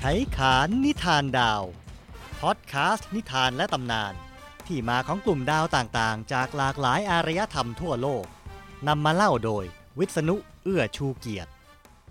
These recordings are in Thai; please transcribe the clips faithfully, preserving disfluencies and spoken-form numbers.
ไขขานนิทานดาวพอดแคสต์นิทานและตำนานที่มาของกลุ่มดาวต่างๆจากหลากหลายอารยธรรมทั่วโลกนำมาเล่าโดยวิษณุเอื้อชูเกียรติ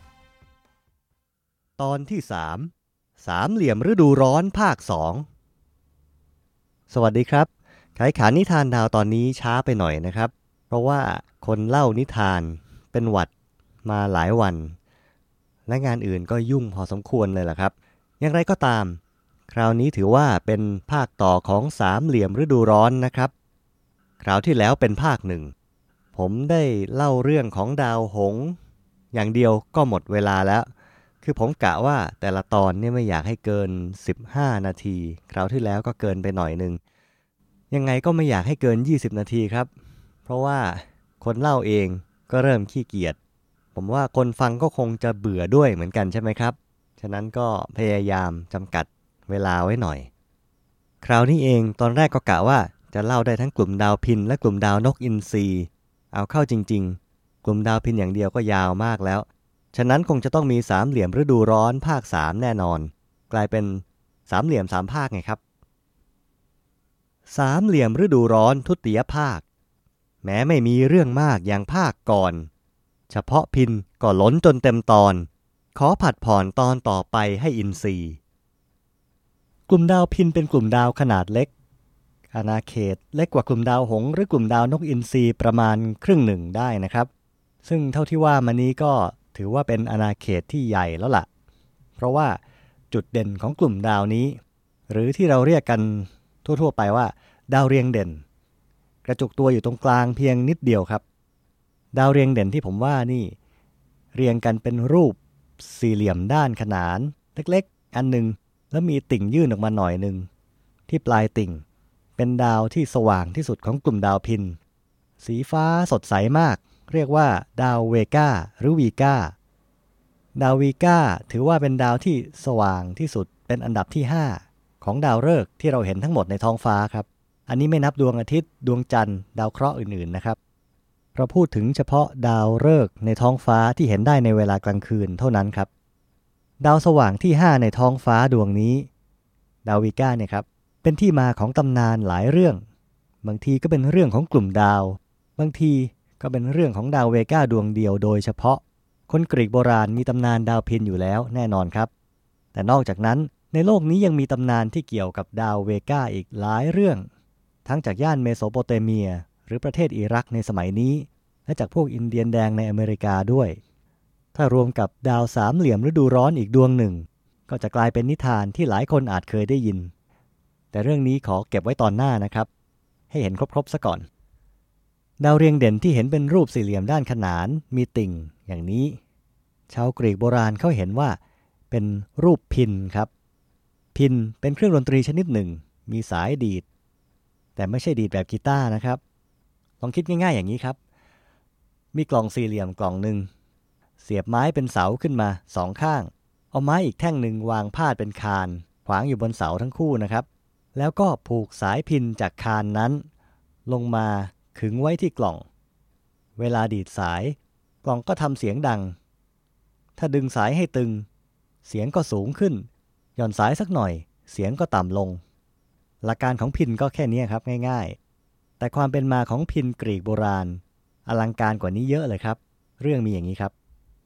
ตอนที่สามสามเหลี่ยมฤดูร้อนภาคสองสวัสดีครับไขขานนิทานดาวตอนนี้ช้าไปหน่อยนะครับเพราะว่าคนเล่านิทานเป็นหวัดมาหลายวันและงานอื่นก็ยุ่งพอสมควรเลยล่ะครับอย่างไรก็ตามคราวนี้ถือว่าเป็นภาคต่อของสามเหลี่ยมฤดูร้อนนะครับคราวที่แล้วเป็นภาคหนึ่งผมได้เล่าเรื่องของดาวหงส์อย่างเดียวก็หมดเวลาแล้วคือผมกะว่าแต่ละตอนเนี่ยไม่อยากให้เกินสิบห้านาทีคราวที่แล้วก็เกินไปหน่อยนึงยังไงก็ไม่อยากให้เกินยี่สิบนาทีครับเพราะว่าคนเล่าเองก็เริ่มขี้เกียจผมว่าคนฟังก็คงจะเบื่อด้วยเหมือนกันใช่ไหมครับฉะนั้นก็พยายามจำกัดเวลาไว้หน่อยคราวนี้เองตอนแรกก็กะว่าจะเล่าได้ทั้งกลุ่มดาวพินและกลุ่มดาวนกอินทรีเอาเข้าจริงๆกลุ่มดาวพินอย่างเดียวก็ยาวมากแล้วฉะนั้นคงจะต้องมีสามเหลี่ยมฤดูร้อนภาคสามแน่นอนกลายเป็นสามเหลี่ยมสามภาคไงครับสามเหลี่ยมฤดูร้อนทุติยภาคแม้ไม่มีเรื่องมากอย่างภาคก่อนเฉพาะพินก็ล้นจนเต็มตอนขอผัดผ่อนตอนต่อไปให้อินทรีกลุ่มดาวพินเป็นกลุ่มดาวขนาดเล็กอาณาเขตเล็กกว่ากลุ่มดาวหงส์หรือกลุ่มดาวนกอินทรีประมาณครึ่งหนึ่งได้นะครับซึ่งเท่าที่ว่ามานี้ก็ถือว่าเป็นอาณาเขตที่ใหญ่แล้วล่ะเพราะว่าจุดเด่นของกลุ่มดาวนี้หรือที่เราเรียกกันทั่วๆไปว่าดาวเรียงเด่นกระจุกตัวอยู่ตรงกลางเพียงนิดเดียวครับดาวเรียงเด่นที่ผมว่านี่เรียงกันเป็นรูปสี่เหลี่ยมด้านขนานเล็กๆอันหนึ่งแล้วมีติ่งยื่นออกมาหน่อยหนึ่งที่ปลายติ่งเป็นดาวที่สว่างที่สุดของกลุ่มดาวพินสีฟ้าสดใสมากเรียกว่าดาวเวก้าหรือวีก้าดาววีก้าถือว่าเป็นดาวที่สว่างที่สุดเป็นอันดับที่ห้าของดาวฤกษ์ที่เราเห็นทั้งหมดในท้องฟ้าครับอันนี้ไม่นับดวงอาทิตย์ดวงจันทร์ดาวเคราะห์อื่นๆนะครับเราพูดถึงเฉพาะดาวฤกษ์ในท้องฟ้าที่เห็นได้ในเวลากลางคืนเท่านั้นครับดาวสว่างที่ห้าในท้องฟ้าดวงนี้ดาววีก้าเนี่ยครับเป็นที่มาของตำนานหลายเรื่องบางทีก็เป็นเรื่องของกลุ่มดาวบางทีก็เป็นเรื่องของดาวเวก้าดวงเดียวโดยเฉพาะคนกรีกโบราณมีตำนานดาวพินอยู่แล้วแน่นอนครับแต่นอกจากนั้นในโลกนี้ยังมีตำนานที่เกี่ยวกับดาวเวก้าอีกหลายเรื่องทั้งจากย่านเมโสโปเตเมียหรือประเทศอิรักในสมัยนี้และจากพวกอินเดียนแดงในอเมริกาด้วยถ้ารวมกับดาวสามเหลี่ยมฤดูร้อนอีกดวงหนึ่งก็จะกลายเป็นนิทานที่หลายคนอาจเคยได้ยินแต่เรื่องนี้ขอเก็บไว้ตอนหน้านะครับให้เห็นครบๆซะก่อนดาวเรียงเด่นที่เห็นเป็นรูปสี่เหลี่ยมด้านขนานมีติ่งอย่างนี้ชาวกรีกโบราณเขาเห็นว่าเป็นรูปพินครับพินเป็นเครื่องดนตรีชนิดหนึ่งมีสายดีดแต่ไม่ใช่ดีดแบบกีตาร์นะครับลองคิดง่ายๆอย่างนี้ครับมีกล่องสี่เหลี่ยมกล่องหนึ่งเสียบไม้เป็นเสาขึ้นมาสองข้างเอาไม้อีกแท่งหนึ่งวางพาดเป็นคานขวางอยู่บนเสาทั้งคู่นะครับแล้วก็ผูกสายพินจากคานนั้นลงมาขึงไว้ที่กล่องเวลาดีดสายกล่องก็ทำเสียงดังถ้าดึงสายให้ตึงเสียงก็สูงขึ้นหย่อนสายสักหน่อยเสียงก็ต่ำลงหลักการของพินก็แค่นี้ครับง่ายๆแต่ความเป็นมาของพินกรีกโบราณอลังการกว่านี้เยอะเลยครับเรื่องมีอย่างนี้ครับ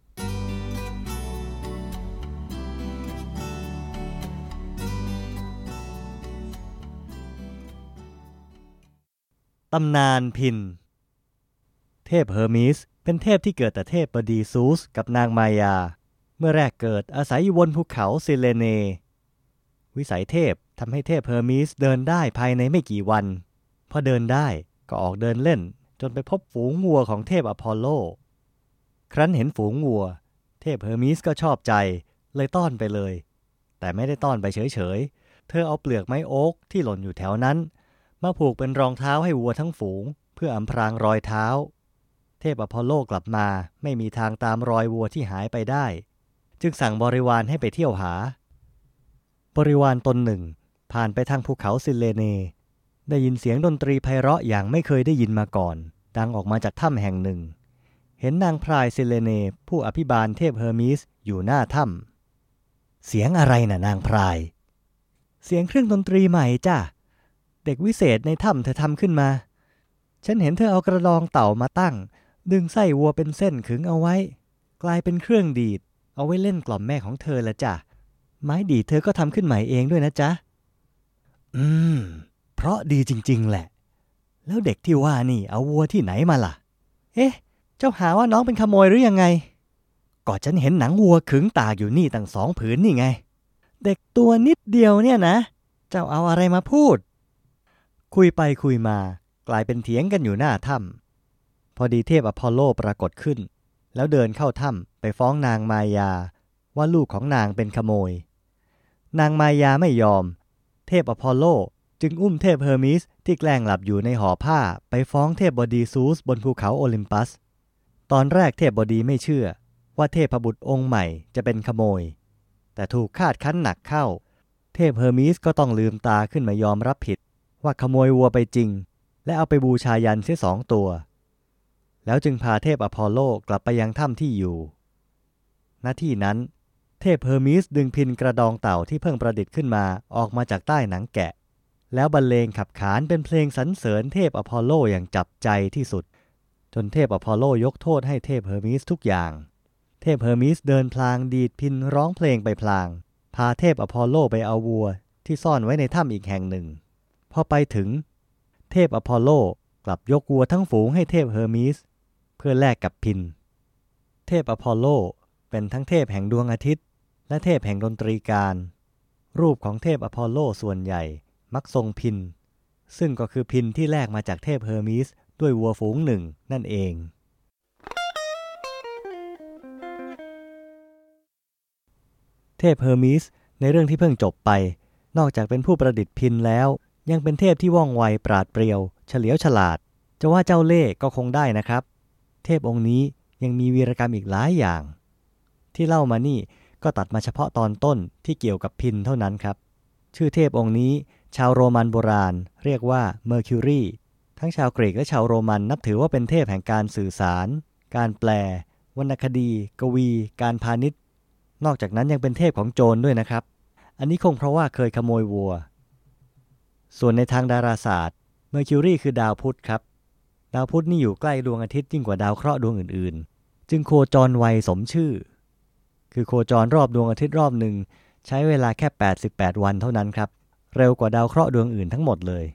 ตำนานพินเทพเฮอร์มิสเป็นเทพที่เกิดแต่เทพบดีซูสกับนางมายาเมื่อแรกเกิดอาศัยอยู่บนภูเขาซิเลเนวิสัยเทพทำให้เทพเฮอร์มิสเดินได้ภายในไม่กี่วันพอเดินได้ก็ออกเดินเล่นจนไปพบฝูงวัวของเทพอพอลโลครั้นเห็นฝูงวัวเทพเฮอร์มิสก็ชอบใจเลยต้อนไปเลยแต่ไม่ได้ต้อนไปเฉยๆเธอเอาเปลือกไม้โอ๊กที่หล่นอยู่แถวนั้นมาผูกเป็นรองเท้าให้วัวทั้งฝูงเพื่ออำพรางรอยเท้าเทพอพอลโลกลับมาไม่มีทางตามรอยวัวที่หายไปได้จึงสั่งบริวารให้ไปเที่ยวหาบริวารตนหนึ่งผ่านไปทางภูเขาซิเลเนได้ยินเสียงดนตรีไพเราะอย่างไม่เคยได้ยินมาก่อนดังออกมาจากถ้ำแห่งหนึ่งเห็นนางพรายซิเลเนผู้อภิบาลเทพเฮอร์มิสอยู่หน้าถ้ำเสียงอะไรน่ะนางพรายเสียงเครื่องดนตรีใหม่จ้ะเด็กวิเศษในถ้ำเธอทำขึ้นมาฉันเห็นเธอเอากระดองเต่ามาตั้งดึงไส้วัวเป็นเส้นขึงเอาไว้กลายเป็นเครื่องดีดเอาไว้เล่นกล่อมแม่ของเธอละจ้ะไม้ดีดเธอก็ทำขึ้นใหม่เองด้วยนะจ๊ะอืมเพราะดีจริงๆแหละแล้วเด็กที่ว่านี่เอาวัวที่ไหนมาล่ะเอ๊ะเจ้าหาว่าน้องเป็นขโมยหรือยังไงก็ฉันเห็นหนังวัวขึงตากอยู่นี่ตั้งสองผืนนี่ไงเด็กตัวนิดเดียวเนี่ยนะเจ้าเอาอะไรมาพูดคุยไปคุยมากลายเป็นเถียงกันอยู่หน้าถ้ำพอดีเทพอพอลโลปรากฏขึ้นแล้วเดินเข้าถ้ำไปฟ้องนางมายาว่าลูกของนางเป็นขโมยนางมายาไม่ยอมเทพอพอลโลจึงอุ้มเทพเฮอร์มิสที่แกล้งหลับอยู่ในห่อผ้าไปฟ้องเทพบดีซูสบนภูเขาโอลิมปัสตอนแรกเทพบดีไม่เชื่อว่าเทพบุตรองค์ใหม่จะเป็นขโมยแต่ถูกคาดคั้นหนักเข้าเทพเฮอร์มิสก็ต้องลืมตาขึ้นมายอมรับผิดว่าขโมยวัวไปจริงและเอาไปบูชายันเสียสองตัวแล้วจึงพาเทพอพอลโลกลับไปยังถ้ำที่อยู่ณที่นั้นเทพเฮอร์มิสดึงพินกระดองเต่าที่เพิ่งประดิษฐ์ขึ้นมาออกมาจากใต้หนังแกะแล้วบรรเลงขับขานเป็นเพลงสรรเสริญเทพอพอลโลอย่างจับใจที่สุดจนเทพอพอลโลยกโทษให้เทพเฮอร์มิสทุกอย่างเทพเฮอร์มิสเดินพลางดีดพินร้องเพลงไปพลางพาเทพอพอลโลไปเอาวัวที่ซ่อนไว้ในถ้ำอีกแห่งหนึ่งพอไปถึงเทพอพอลโลกลับยกวัวทั้งฝูงให้เทพเฮอร์มิสเพื่อแลกกับพินเทพอพอลโลเป็นทั้งเทพแห่งดวงอาทิตย์และเทพแห่งดนตรีการรูปของเทพอพอลโลส่วนใหญ่มักทรงพินซึ่งก็คือพินที่แลกมาจากเทพเฮอร์มิสด้วยวัวฝูงหนึ่งนั่นเองเทพเฮอร์มิสในเรื่องที่เพิ่งจบไปนอกจากเป็นผู้ประดิษฐ์พินแล้วยังเป็นเทพที่ว่องไวปราดเปรียวเฉลียวฉลาดจะว่าเจ้าเล่ห์ก็คงได้นะครับเทพองค์นี้ยังมีวีรกรรมอีกหลายอย่างที่เล่ามานี่ก็ตัดมาเฉพาะตอนต้นที่เกี่ยวกับพินเท่านั้นครับชื่อเทพองค์นี้ชาวโรมันโบราณเรียกว่าเมอร์คิวรีทั้งชาวกรีกและชาวโรมันนับถือว่าเป็นเทพแห่งการสื่อสารการแปลวรรณคดีกวีการพาณิชย์นอกจากนั้นยังเป็นเทพของโจรด้วยนะครับอันนี้คงเพราะว่าเคยขโมยวัวส่วนในทางดาราศาสตร์เมอร์คิวรีคือดาวพุธครับดาวพุธนี่อยู่ใกล้ดวงอาทิตย์ยิ่งกว่าดาวเคราะห์ดวงอื่นๆจึงโคจรไวสมชื่อคือโคจรรอบดวงอาทิตย์รอบหนึ่งใช้เวลาแค่แปดสิบแปดวันเท่านั้นครับเร็วกว่าดาวเคราะห์ดวงอื่นทั้งหมดเลย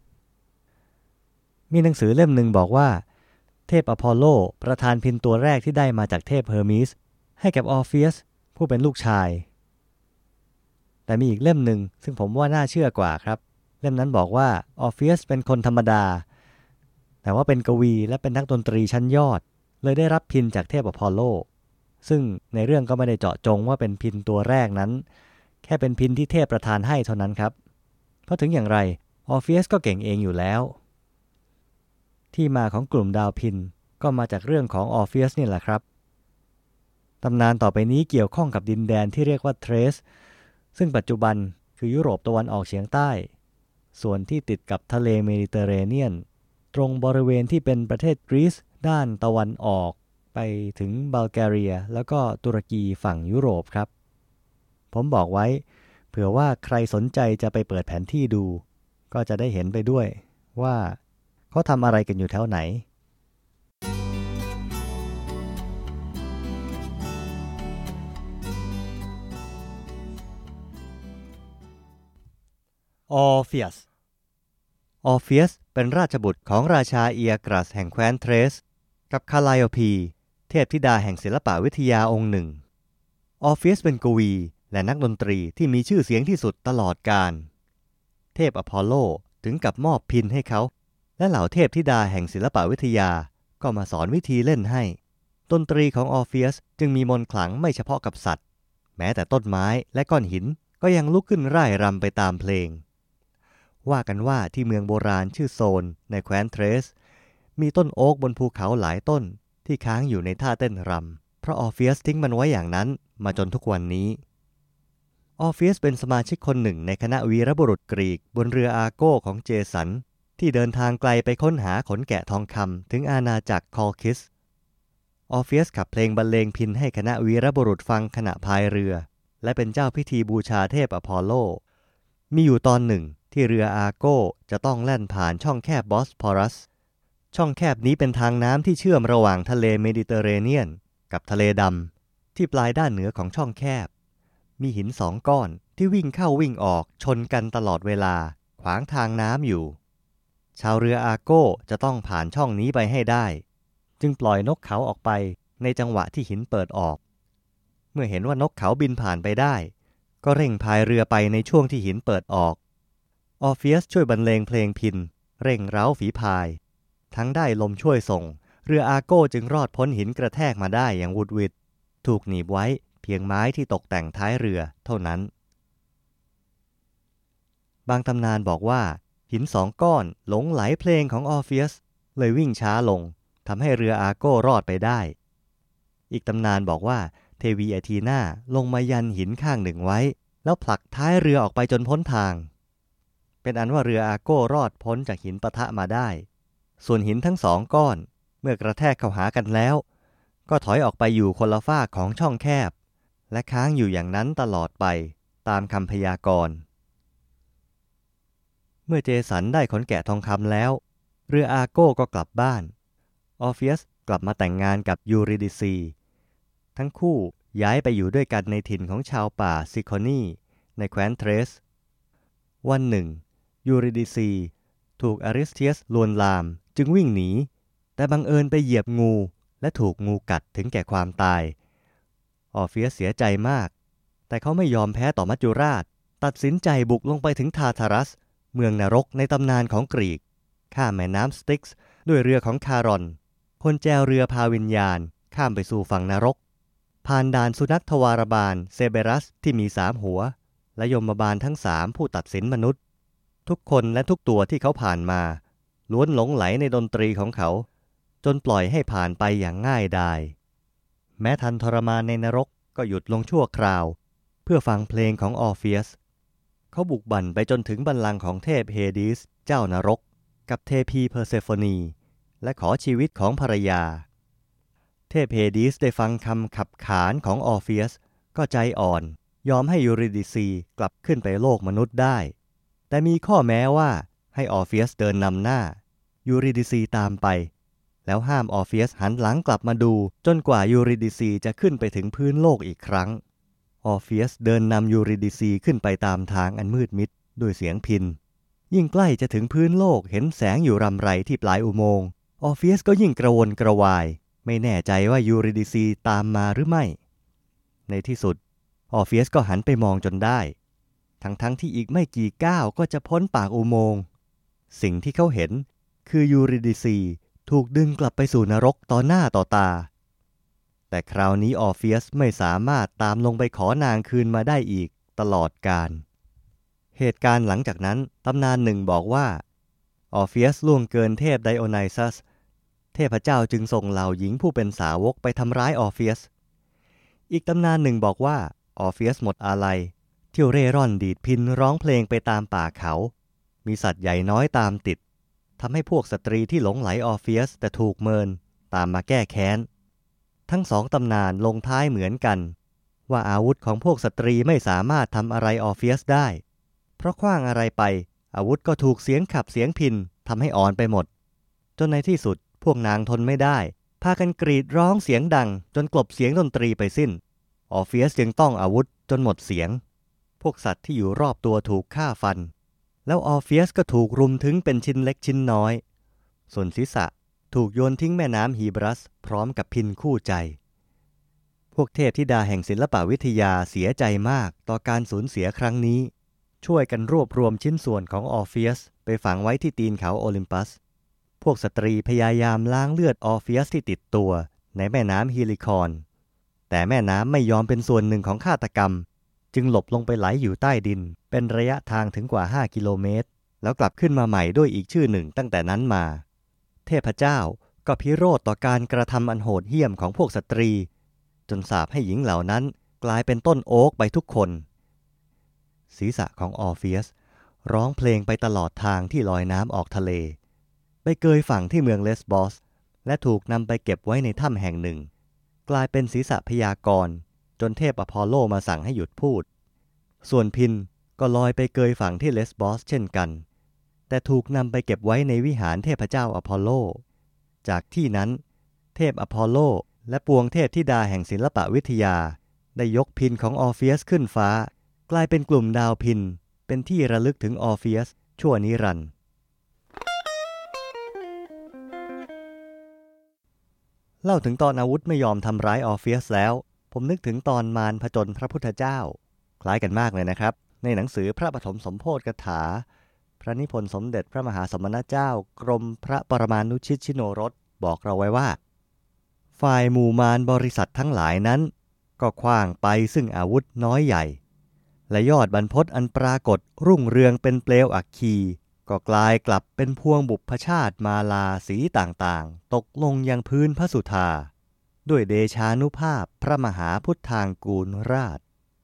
มีหนังสือเล่มหนึ่งบอกว่าเทพอพอลโลประทานพินตัวแรกที่ได้มาจากเทพเฮอร์มิสให้กับออร์เฟียสผู้เป็นลูกชายแต่มีอีกเล่มหนึ่งซึ่งผมว่าน่าเชื่อกว่าครับเล่มนั้นบอกว่าออร์เฟียสเป็นคนธรรมดาแต่ว่าเป็นกวีและเป็นนักดนตรีชั้นยอดเลยได้รับพินจากเทพอพอลโลซึ่งในเรื่องก็ไม่ได้เจาะจงว่าเป็นพินตัวแรกนั้นแค่เป็นพินที่เทพประทานให้เท่านั้นครับเพราะถึงอย่างไรออร์เฟียสก็เก่งเองอยู่แล้วที่มาของกลุ่มดาวพินก็มาจากเรื่องของออร์เฟียสนี่แหละครับตำนานต่อไปนี้เกี่ยวข้องกับดินแดนที่เรียกว่าเทรสซึ่งปัจจุบันคือยุโรปตะวันออกเฉียงใต้ส่วนที่ติดกับทะเลเมดิเตอร์เรเนียนตรงบริเวณที่เป็นประเทศกรีซด้านตะวันออกไปถึงบัลแกเรียแล้วก็ตุรกีฝั่งยุโรปครับผมบอกไว้เผื่อว่าใครสนใจจะไปเปิดแผนที่ดูก็จะได้เห็นไปด้วยว่าเขาทำอะไรกันอยู่แถวไหนออร์เฟียสออร์เฟียสเป็นราชบุตรของราชาเอียกรัสแห่งแคว้นเทรสกับคาไลโอพีเทพธิดาแห่งศิลปวิทยาองค์หนึ่งออร์เฟียสเป็นกวีและนักดนตรีที่มีชื่อเสียงที่สุดตลอดกาลเทพอพอลโลถึงกับมอบพินให้เขาและเหล่าเทพธิดาแห่งศิลปวิทยาก็มาสอนวิธีเล่นให้ดนตรีของออร์เฟียสจึงมีมนต์ขลังไม่เฉพาะกับสัตว์แม้แต่ต้นไม้และก้อนหินก็ยังลุกขึ้นร่ายรำไปตามเพลงว่ากันว่าที่เมืองโบราณชื่อโซนในแคว้นเทรสมีต้นโอ๊กบนภูเขาหลายต้นที่ค้างอยู่ในท่าเต้นรำเพราะออร์เฟียสทิ้งมันไว้อย่างนั้นมาจนทุกวันนี้ออร์เฟียสเป็นสมาชิกคนหนึ่งในคณะวีรบุรุษกรีกบนเรืออาโก้ของเจสันที่เดินทางไกลไปค้นหาขนแกะทองคำถึงอาณาจักรคอลคิสออร์เฟียสขับเพลงบรรเลงพิณให้คณะวีรบุรุษฟังขณะพายเรือและเป็นเจ้าพิธีบูชาเทพอพอลโลมีอยู่ตอนหนึ่งที่เรืออาร์โกจะต้องแล่นผ่านช่องแคบบอสพอรัสช่องแคบนี้เป็นทางน้ำที่เชื่อมระหว่างทะเลเมดิเตอร์เรเนียนกับทะเลดำที่ปลายด้านเหนือของช่องแคบมีหินสองก้อนที่วิ่งเข้าวิ่งออกชนกันตลอดเวลาขวางทางน้ำอยู่ชาวเรืออาร์โกจะต้องผ่านช่องนี้ไปให้ได้จึงปล่อยนกเขาออกไปในจังหวะที่หินเปิดออกเมื่อเห็นว่านกเขาบินผ่านไปได้ก็เร่งพายเรือไปในช่วงที่หินเปิดออกออร์เฟียสช่วยบรรเลงเพลงพิณเร่งเร้าฝีพายทั้งได้ลมช่วยส่งเรืออาร์โกจึงรอดพ้นหินกระแทกมาได้อย่างวุดวิดถูกหนีบไว้เพียงไม้ที่ตกแต่งท้ายเรือเท่านั้นบางตำนานบอกว่าหินสองก้อนหลงไหลเพลงของออร์เฟียสเลยวิ่งช้าลงทำให้เรืออาร์โกรอดไปได้อีกตำนานบอกว่าเทวีอาทีนาลงมายันหินข้างหนึ่งไว้แล้วผลักท้ายเรือออกไปจนพ้นทางเป็นอันว่าเรืออาร์โกรอดพ้นจากหินปะทะมาได้ส่วนหินทั้งสองก้อนเมื่อกระแทกเข้าหากันแล้วก็ถอยออกไปอยู่คนละฝากของช่องแคบและค้างอยู่อย่างนั้นตลอดไปตามคำพยากรณ์เมื่อเจสันได้ขนแกะทองคำแล้วเรืออาร์โกก็กลับบ้านออร์เฟียสกลับมาแต่งงานกับยูริดิซีทั้งคู่ย้ายไปอยู่ด้วยกันในถิ่นของชาวป่าซิโคนีในแคว้นเทรสวันหนึ่งยูริดิซีถูกอาริสเทียสลวนลามจึงวิ่งหนีแต่บังเอิญไปเหยียบงูและถูกงูกัดถึงแก่ความตายออร์เฟียสเสียใจมากแต่เขาไม่ยอมแพ้ต่อมัจจุราชตัดสินใจบุกลงไปถึงทาทารัสเมืองนรกในตำนานของกรีกข้ามแม่น้ำสติกส์ด้วยเรือของคารอนคนแจวเรือพาวิญญาณข้ามไปสู่ฝั่งนรกผ่านด่านสุนัขทวารบาลเซเบรัสที่มีสามหัวและยมบาลทั้งสามผู้ตัดสินมนุษย์ทุกคนและทุกตัวที่เขาผ่านมาล้วนหลงไหลในดนตรีของเขาจนปล่อยให้ผ่านไปอย่างง่ายดายแม้ทันทรมานในนรกก็หยุดลงชั่วคราวเพื่อฟังเพลงของออร์เฟียสเขาบุกบั่นไปจนถึงบัลลังก์ของเทพเฮดิสเจ้านรกกับเทพีเพอร์เซโฟนีและขอชีวิตของภรรยาเทพเฮดิสได้ฟังคำขับขานของออร์เฟียสก็ใจอ่อนยอมให้ยูริดิซีกลับขึ้นไปโลกมนุษย์ได้แต่มีข้อแม้ว่าให้ออร์เฟียสเดินนำหน้ายูริดิซีตามไปแล้วห้ามออร์เฟียสหันหลังกลับมาดูจนกว่ายูริดิซีจะขึ้นไปถึงพื้นโลกอีกครั้งออร์เฟียสเดินนำยูริดิซีขึ้นไปตามทางอันมืดมิดด้วยเสียงพิณยิ่งใกล้จะถึงพื้นโลกเห็นแสงอยู่รำไรที่ปลายอุโมงค์ออร์เฟียสก็ยิ่งกระวนกระวายไม่แน่ใจว่ายูริดิซีตามมาหรือไม่ในที่สุดออร์เฟียสก็หันไปมองจนได้ทั้งๆ ท, ที่อีกไม่กี่ก้าวก็จะพ้นปากอุโมงค์สิ่งที่เขาเห็นคือยูริดิซีถูกดึงกลับไปสู่นรกต่อหน้าต่อตาแต่คราวนี้ออร์เฟียสไม่สามารถตามลงไปขอนางคืนมาได้อีกตลอดกาลเหตุการณ์หลังจากนั้นตำนานหนึ่งบอกว่าออร์เฟียสล่วงเกินเทพไดโอไนซัสเทพเจ้าจึงส่งเหล่าหญิงผู้เป็นสาวกไปทำร้ายออร์เฟียสอีกตำนานหนึ่งบอกว่าออร์เฟียสหมดอาลัยเที่ยวเร่ร่อนดีดพิณร้องเพลงไปตามป่าเขามีสัตว์ใหญ่น้อยตามติดทำให้พวกสตรีที่หลงไหลออร์เฟียสแต่ถูกเมินตามมาแก้แค้นทั้งสองตำนานลงท้ายเหมือนกันว่าอาวุธของพวกสตรีไม่สามารถทำอะไรออร์เฟียสได้เพราะขว้างอะไรไปอาวุธก็ถูกเสียงขับเสียงพิณทำให้อ่อนไปหมดจนในที่สุดพวกนางทนไม่ได้พากันกรีดร้องเสียงดังจนกลบเสียงดนตรีไปสิ้นออร์เฟียสจึงต้องอาวุธจนหมดเสียงพวกสัตว์ที่อยู่รอบตัวถูกฆ่าฟันแล้วออร์เฟียสก็ถูกรุมถึงเป็นชิ้นเล็กชิ้นน้อยส่วนศีรษะถูกโยนทิ้งแม่น้ำฮีบรัสพร้อมกับพิณคู่ใจพวกเทพธิดาแห่งศิลปวิทยาเสียใจมากต่อการสูญเสียครั้งนี้ช่วยกันรวบรวมชิ้นส่วนของออร์เฟียสไปฝังไว้ที่ตีนเขาโอลิมปัสพวกสตรีพยายามล้างเลือดออร์เฟียสที่ติดตัวในแม่น้ำฮีลิคอนแต่แม่น้ำไม่ยอมเป็นส่วนหนึ่งของฆาตกรรมจึงหลบลงไปไหลอยู่ใต้ดินเป็นระยะทางถึงกว่าห้ากิโลเมตรแล้วกลับขึ้นมาใหม่ด้วยอีกชื่อหนึ่งตั้งแต่นั้นมาเทพเจ้าก็พิโรธต่อการกระทำอันโหดเหี้ยมของพวกสตรีจนสาปให้หญิงเหล่านั้นกลายเป็นต้นโอ๊กไปทุกคนศีรษะของออร์เฟียสร้องเพลงไปตลอดทางที่ลอยน้ำออกทะเลไปเกยฝั่งที่เมืองเลสบอสและถูกนำไปเก็บไว้ในถ้ำแห่งหนึ่งกลายเป็นศีรษะพยากรณ์จนเทพอพอลโลมาสั่งให้หยุดพูดส่วนพินก็ลอยไปเกยฝั่งที่เลสบอสเช่นกันแต่ถูกนำไปเก็บไว้ในวิหารเทพเจ้าอพอลโลจากที่นั้นเทพอพอลโลและปวงเทพธิดาแห่งศิลปวิทยาได้ยกพินของออร์เฟียสขึ้นฟ้ากลายเป็นกลุ่มดาวพินเป็นที่ระลึกถึงออร์เฟียสชั่วนิรันดร์เล่าถึงตอนอาวุธไม่ยอมทำร้ายออร์เฟียสแล้วผมนึกถึงตอนมารผจญพระพุทธเจ้าคล้ายกันมากเลยนะครับในหนังสือพระปฐมสมโภชกถาพระนิพนธ์สมเด็จพระมหาสมณเจ้ากรมพระปรมาณุชิตชิโนรสบอกเราไว้ว่าฝ่ายหมู่มารบริษัททั้งหลายนั้นก็ขว้างไปซึ่งอาวุธน้อยใหญ่และยอดบรรพตอันปรากฏรุ่งเรืองเป็นเปลวอัคคีก็กลายกลับเป็นพวงบุพชาติมาลาสีต่างๆตกลงยังพื้นพระสุธาด้วยเดชานุภาพพระมหาพุทธางกูลราช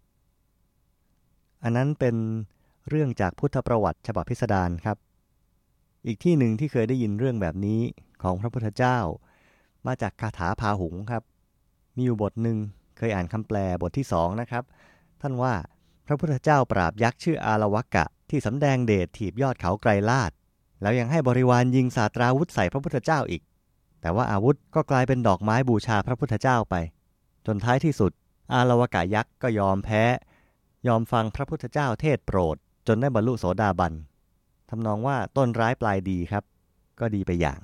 อันนั้นเป็นเรื่องจากพุทธประวัติฉบับพิสดารครับอีกที่หนึ่งที่เคยได้ยินเรื่องแบบนี้ของพระพุทธเจ้ามาจากคาถาพาหุงครับมีอยู่บทหนึ่งเคยอ่านคำแปลบทที่สองนะครับท่านว่าพระพุทธเจ้าปราบยักษ์ชื่ออาลวกะที่สำแดงเดชถีบยอดเขาไกรลาศแล้วยังให้บริวารยิงศาสตราวุธใส่พระพุทธเจ้าอีกแต่ว่าอาวุธก็กลายเป็นดอกไม้บูชาพระพุทธเจ้าไปจนท้ายที่สุดอาลวกะยักษ์ก็ยอมแพ้ยอมฟังพระพุทธเจ้าเทศโปรดจนได้บรรลุโสดาบันทำนองว่าต้นร้ายปลายดีครับก็ดีไปอย่าง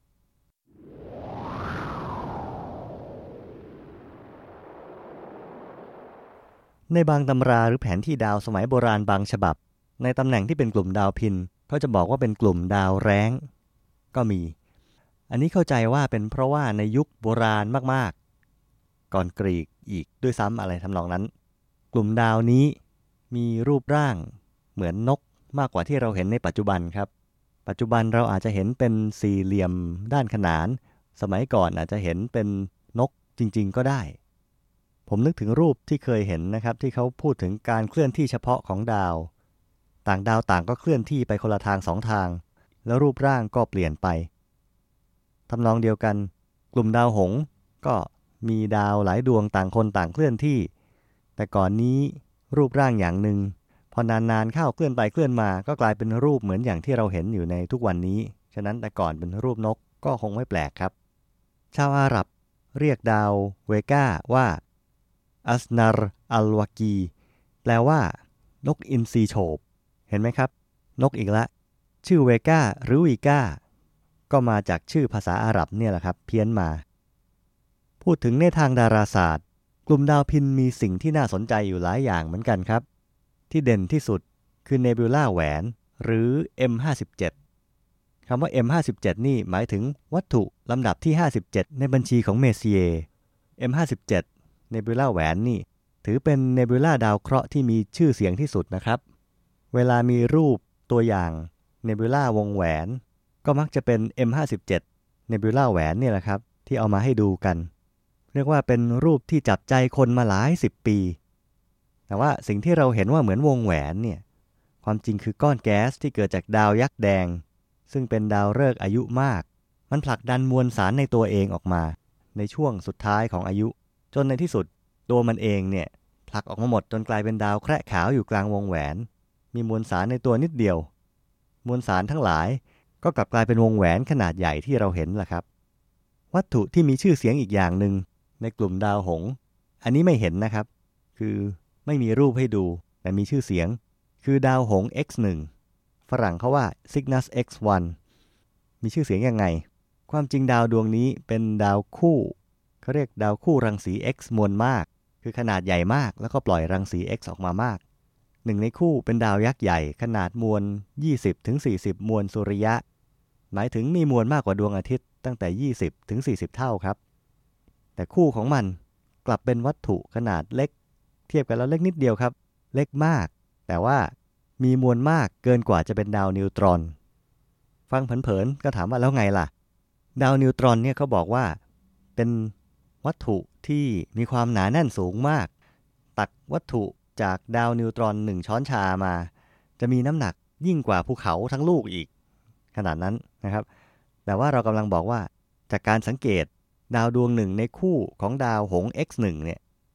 ในบางตำราหรือแผนที่ดาวสมัยโบราณบางฉบับในตำแหน่งที่เป็นกลุ่มดาวพินเขาจะบอกว่าเป็นกลุ่มดาวแร้งก็มีอันนี้เข้าใจว่าเป็นเพราะว่าในยุคโบราณมากๆก่อนกรีกอีกด้วยซ้ำอะไรทำนองนั้นกลุ่มดาวนี้มีรูปร่างเหมือนนกมากกว่าที่เราเห็นในปัจจุบันครับปัจจุบันเราอาจจะเห็นเป็นสี่เหลี่ยมด้านขนานสมัยก่อนอาจจะเห็นเป็นนกจริงๆก็ได้ผมนึกถึงรูปที่เคยเห็นนะครับที่เขาพูดถึงการเคลื่อนที่เฉพาะของดาวต่างดาวต่างก็เคลื่อนที่ไปคนละทางสองทางแล้วรูปร่างก็เปลี่ยนไปทำนองเดียวกันกลุ่มดาวหงส์ก็มีดาวหลายดวงต่างคนต่างเคลื่อนที่แต่ก่อนนี้รูปร่างอย่างหนึ่งพอนานๆเข้าเคลื่อนไปเคลื่อนมาก็กลายเป็นรูปเหมือนอย่างที่เราเห็นอยู่ในทุกวันนี้ฉะนั้นแต่ก่อนเป็นรูปนกก็คงไม่แปลกครับชาวอาหรับเรียกดาวเวก้าว่าอัสนาร์อัลวากีแปลว่านกอินทรีโฉบเห็นไหมครับนกอีกละชื่อเวก้าหรือวีก้าก็มาจากชื่อภาษาอาหรับเนี่ยแหละครับเพี้ยนมาพูดถึงในทางดาราศาสตร์กลุ่มดาวพินมีสิ่งที่น่าสนใจอยู่หลายอย่างเหมือนกันครับที่เด่นที่สุดคือเนบิวลาแหวนหรือ เอ็ม ห้าสิบเจ็ด คำว่า เอ็ม ห้าสิบเจ็ด นี่หมายถึงวัตถุลำดับที่ห้าสิบเจ็ดในบัญชีของเมเซีย เอ็ม ห้าสิบเจ็ด เนบิวลาแหวนนี่ถือเป็นเนบิวลาดาวเคราะห์ที่มีชื่อเสียงที่สุดนะครับเวลามีรูปตัวอย่างเนบิวลาวงแหวนก็มักจะเป็น เอ็ม ห้าสิบเจ็ด เนบิวลาแหวนเนี่ยแหละครับที่เอามาให้ดูกันเรียกว่าเป็นรูปที่จับใจคนมาหลายสิบปีแต่ว่าสิ่งที่เราเห็นว่าเหมือนวงแหวนเนี่ยความจริงคือก้อนแก๊สที่เกิดจากดาวยักษ์แดงซึ่งเป็นดาวฤกษ์อายุมากมันผลักดันมวลสารในตัวเองออกมาในช่วงสุดท้ายของอายุจนในที่สุดตัวมันเองเนี่ยผลักออกมาหมดจนกลายเป็นดาวแคระขาวอยู่กลางวงแหวนมีมวลสารในตัวนิดเดียวมวลสารทั้งหลายก็กลับกลายเป็นวงแหวนขนาดใหญ่ที่เราเห็นล่ะครับวัตถุที่มีชื่อเสียงอีกอย่างหนึ่งในกลุ่มดาวหงส์อันนี้ไม่เห็นนะครับคือไม่มีรูปให้ดูแต่มีชื่อเสียงคือดาวหงส์ เอ็กซ์ หนึ่ง ฝรั่งเขาว่า Cygnus เอ็กซ์ วัน มีชื่อเสียงยังไงความจริงดาวดวงนี้เป็นดาวคู่เขาเรียกดาวคู่รังสี X มวลมากคือขนาดใหญ่มากแล้วก็ปล่อยรังสี X ออกมามากหนึ่งในคู่เป็นดาวยักษ์ใหญ่ขนาดมวล ยี่สิบถึงสี่สิบ มวลสุริยะหมายถึงมีมวลมากกว่าดวงอาทิตย์ตั้งแต่ ยี่สิบถึงสี่สิบ เท่าครับแต่คู่ของมันกลับเป็นวัตถุขนาดเล็กเทียบกันแล้วเล็กนิดเดียวครับเล็กมากแต่ว่ามีมวลมากเกินกว่าจะเป็นดาวนิวตรอนฟังเผินๆก็ถามว่าแล้วไงล่ะดาวนิวตรอนเนี่ยเขาบอกว่าเป็นวัตถุที่มีความหนาแน่นสูงมากตักวัตถุจากดาวนิวตรอนหนึ่งช้อนชามาจะมีน้ำหนักยิ่งกว่าภูเขาทั้งลูกอีกขนาดนั้นนะครับแต่ว่าเรากำลังบอกว่าจากการสังเกตดาวดวงหนึ่งในคู่ของดาวหงส์ เอ็กซ์ หนึ่ง เนี่ย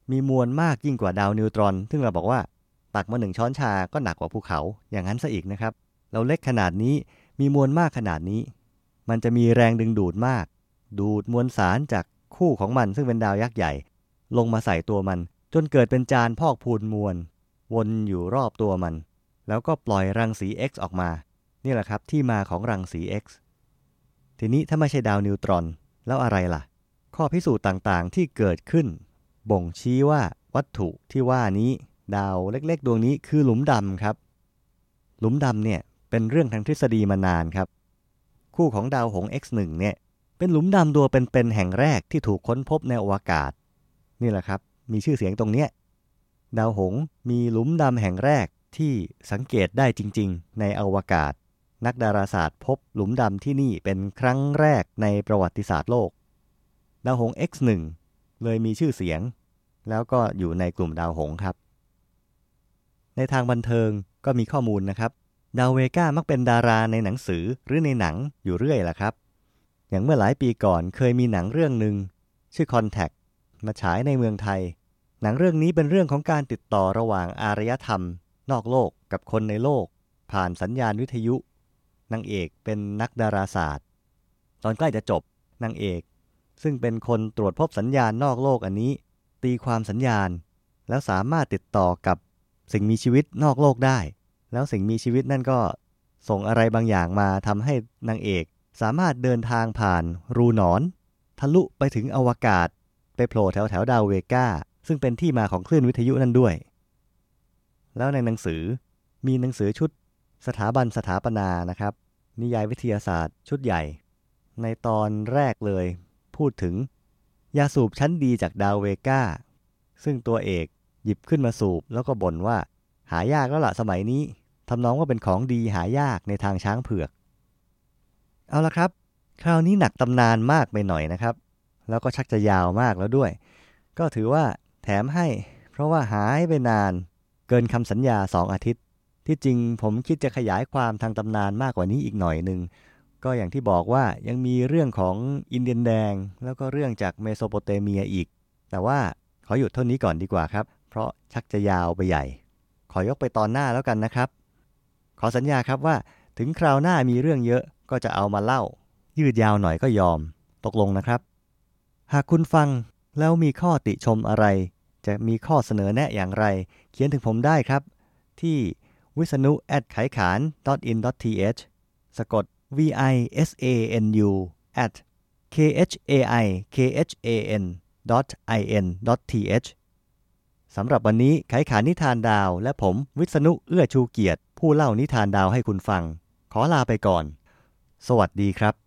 มีมวลมากยิ่งกว่าดาวนิวตรอนซึ่งเราบอกว่าตักมาหนึ่งช้อนชาก็หนักกว่าภูเขาอย่างนั้นซะอีกนะครับเราเล็กขนาดนี้มีมวลมากขนาดนี้มันจะมีแรงดึงดูดมากดูดมวลสารจากคู่ของมันซึ่งเป็นดาวยักษ์ใหญ่ลงมาใส่ตัวมันจนเกิดเป็นจานพอกพูนมวลวนอยู่รอบตัวมันแล้วก็ปล่อยรังสี X ออกมานี่แหละครับที่มาของรังสี X ทีนี้ถ้าไม่ใช่ดาวนิวตรอนแล้วอะไรล่ะข้อพิสูจน์ต่างๆที่เกิดขึ้นบ่งชี้ว่าวัตถุที่ว่านี้ดาวเล็กๆดวงนี้คือหลุมดำครับหลุมดำเนี่ยเป็นเรื่องทางทฤษฎีมานานครับคู่ของดาวหงส์ เอ็กซ์ หนึ่ง เนี่ยเป็นหลุมดำดวงเป็นๆแห่งแรกที่ถูกค้นพบในอวกาศนี่แหละครับมีชื่อเสียงตรงเนี้ยดาวหงส์มีหลุมดำแห่งแรกที่สังเกตได้จริงๆในอวกาศนักดาราศาสตร์พบหลุมดำที่นี่เป็นครั้งแรกในประวัติศาสตร์โลกดาวหงส์ เอ็กซ์ หนึ่ง เลยมีชื่อเสียงแล้วก็อยู่ในกลุ่มดาวหงส์ครับในทางบันเทิงก็มีข้อมูลนะครับดาวเวก้ามักเป็นดาราในหนังสือหรือในหนังอยู่เรื่อยล่ะครับอย่างเมื่อหลายปีก่อนเคยมีหนังเรื่องหนึ่งชื่อ Contact มาฉายในเมืองไทยหนังเรื่องนี้เป็นเรื่องของการติดต่อระหว่างอารยธรรมนอกโลกกับคนในโลกผ่านสัญญาณวิทยุนางเอกเป็นนักดาราศาสตร์ตอนใกล้จะจบนางเอกซึ่งเป็นคนตรวจพบสัญญาณนอกโลกอันนี้ตีความสัญญาณแล้วสามารถติดต่อกับสิ่งมีชีวิตนอกโลกได้แล้วสิ่งมีชีวิตนั่นก็ส่งอะไรบางอย่างมาทำให้นางเอกสามารถเดินทางผ่านรูหนอนทะลุไปถึงอวกาศไปโผล่แถวแถวดาวเวก้าซึ่งเป็นที่มาของคลื่นวิทยุนั่นด้วยแล้วในหนังสือมีหนังสือชุดสถาบันสถาปนานะครับนิยายวิทยาศาสตร์ชุดใหญ่ในตอนแรกเลยพูดถึงยาสูบชั้นดีจากดาวเวก้าซึ่งตัวเอกหยิบขึ้นมาสูบแล้วก็บ่นว่าหายากแล้วล่ะสมัยนี้ทำนองว่าเป็นของดีหายากในทางช้างเผือกเอาละครับคราวนี้หนักตำนานมากไปหน่อยนะครับแล้วก็ชักจะยาวมากแล้วด้วยก็ถือว่าแถมให้เพราะว่าหายไปนานเกินคำสัญญาสองอาทิตย์ที่จริงผมคิดจะขยายความทางตำนานมากกว่านี้อีกหน่อยนึงก็อย่างที่บอกว่ายังมีเรื่องของอินเดียนแดงแล้วก็เรื่องจากเมโสโปเตเมียอีกแต่ว่าขอหยุดเท่านี้ก่อนดีกว่าครับเพราะชักจะยาวไปใหญ่ขอยกไปตอนหน้าแล้วกันนะครับขอสัญญาครับว่าถึงคราวหน้ามีเรื่องเยอะก็จะเอามาเล่ายืดยาวหน่อยก็ยอมตกลงนะครับหากคุณฟังแล้วมีข้อติชมอะไรจะมีข้อเสนอแนะอย่างไรเขียนถึงผมได้ครับที่วิษณุ แอท ไขขาน ดอท อิน ดอท ที เอช สะกด v i s a n u at k h a i k h a n dot i n dot t h สำหรับวันนี้ไขขานนิทานดาวและผมวิษณุเอื้อชูเกียรติผู้เล่านิทานดาวให้คุณฟังขอลาไปก่อนสวัสดีครับ